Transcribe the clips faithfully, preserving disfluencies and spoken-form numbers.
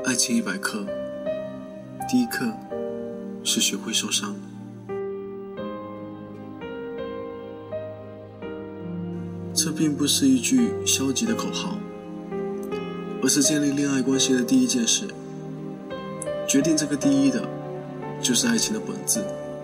爱情一百课，第一课是学会受伤。这并不是一句消极的口号，而是建立恋爱关系的第一件事。决定这个第一的，就是爱情的本质。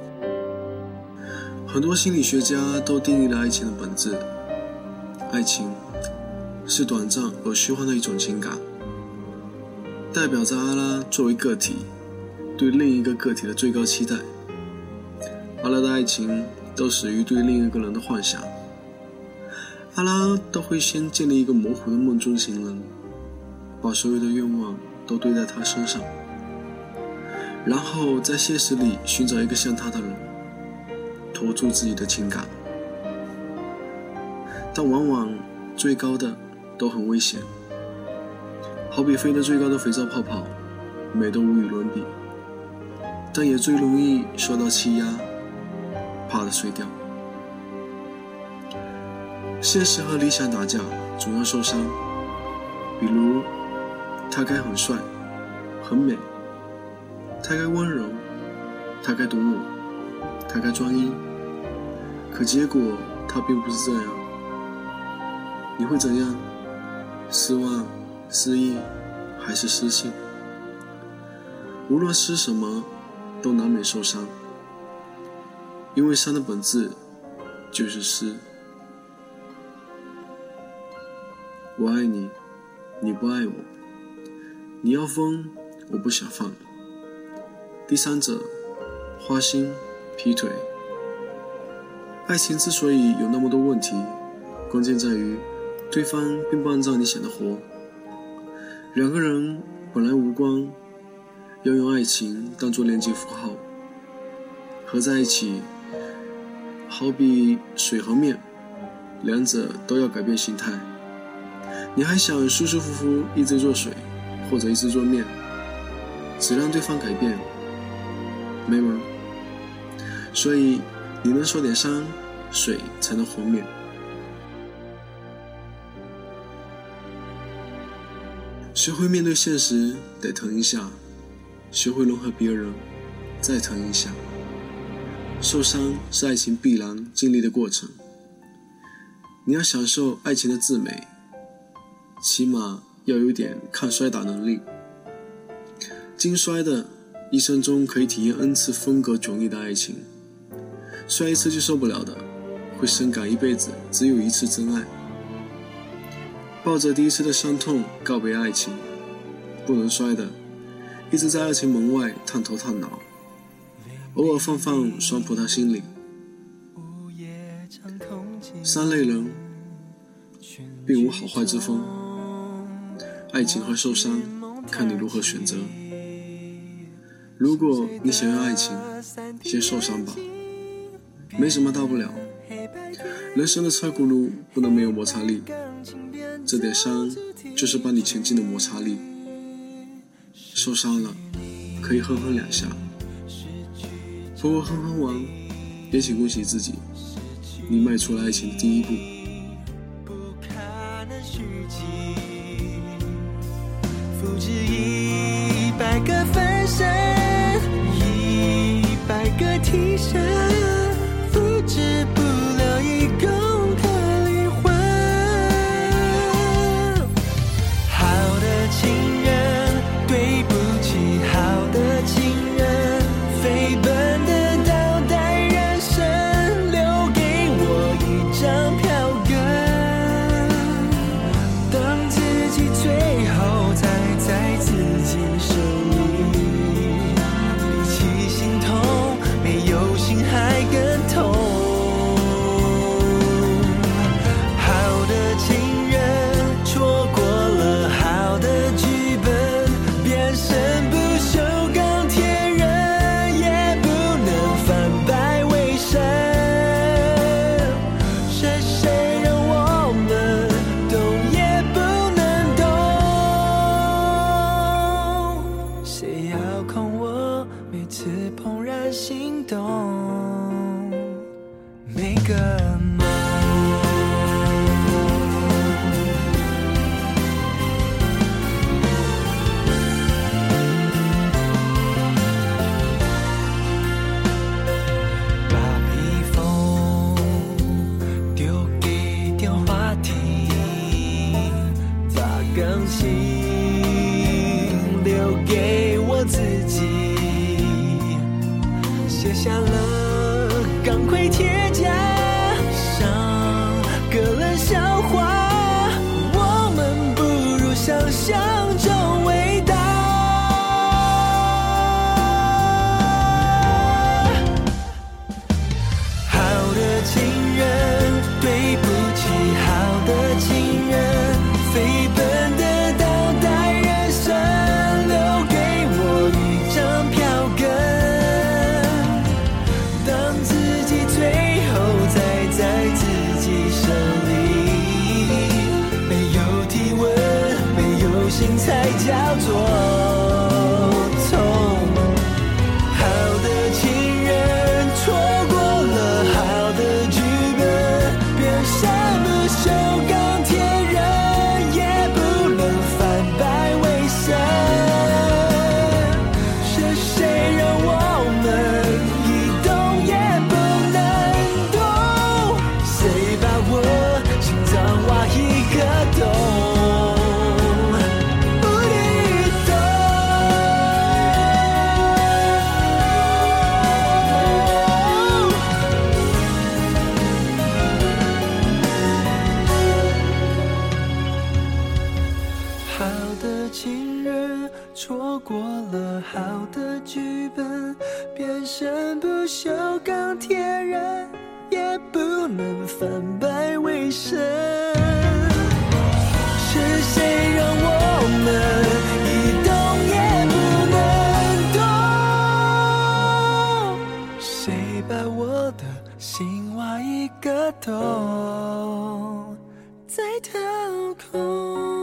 很多心理学家都定义了爱情的本质。爱情是短暂而虚幻的一种情感，代表着阿拉作为个体对另一个个体的最高期待。阿拉的爱情都始于对另一个人的幻想。阿拉都会先建立一个模糊的梦中情人，把所有的愿望都堆在他身上，然后在现实里寻找一个像他的人，投注自己的情感。但往往最高的都很危险，好比飞得最高的肥皂泡泡，美得无与伦比，但也最容易受到欺压，怕得碎掉。现实和理想打架，总要受伤。比如他该很帅很美，他该温柔，他该懂我，他该专一，可结果他并不是这样。你会怎样？失望、失意，还是失信？无论失什么，都难免受伤，因为伤的本质就是失。我爱你，你不爱我，你要疯，我不想放。第三者，花心、劈腿。爱情之所以有那么多问题，关键在于对方并不按照你想的活。两个人本来无关，要用爱情当作连接符号，合在一起好比水和面，两者都要改变形态。你还想舒舒服服一直做水，或者一直做面，只让对方改变，没门。所以你能受点伤，水才能和面。学会面对现实，得疼一下；学会融合别人，再疼一下。受伤是爱情必然经历的过程。你要享受爱情的至美，起码要有点抗摔打能力。经摔的，一生中可以体验 N 次风格迥异的爱情；摔一次就受不了的，会深感一辈子只有一次真爱。抱着第一次的伤痛告别爱情，不能摔的，一直在爱情门外探头探脑，偶尔放放双葡萄心理。三类人并无好坏之分，爱情和受伤看你如何选择。如果你想要爱情，先受伤吧，没什么大不了。人生的车轱辘不能没有摩擦力，这点伤就是帮你前进的摩擦力。受伤了可以哼哼两下，不过哼哼完也请恭喜自己，你迈出了爱情的第一步。 复制一百个分身，一百个替身，复制不了一公的灵魂。好的情人，对不起，好的情人，飞奔的倒带人生，留给我一张票根，当自己最后才在自己手里，比起心痛，没有心还更痛。好的情人，错过了好的剧本，变身不锈钢铁人，也不能反败为胜。是谁让我们懂也不能懂？谁要控我每次怦然心动？每个梦。 留给我自己，写下了钢盔铁甲上个人笑话，我们不如想象中伟大。好的情人，对不起，好的情人，飞奔的倒带人生，留给我一张票根，当自己最后再在自己手里，没有体温，没有心才叫做痛。好的情人，错过了好的剧本，变身不锈钢铁人，也不能反败为胜。是谁让我们一动也不能动？谁把我心脏挖一个洞？无底洞。好的情人，错过了好的剧本，变身不锈钢铁人，也不能反败为胜。是谁让我们一动也不能动？谁把我的心挖一个洞，再掏空？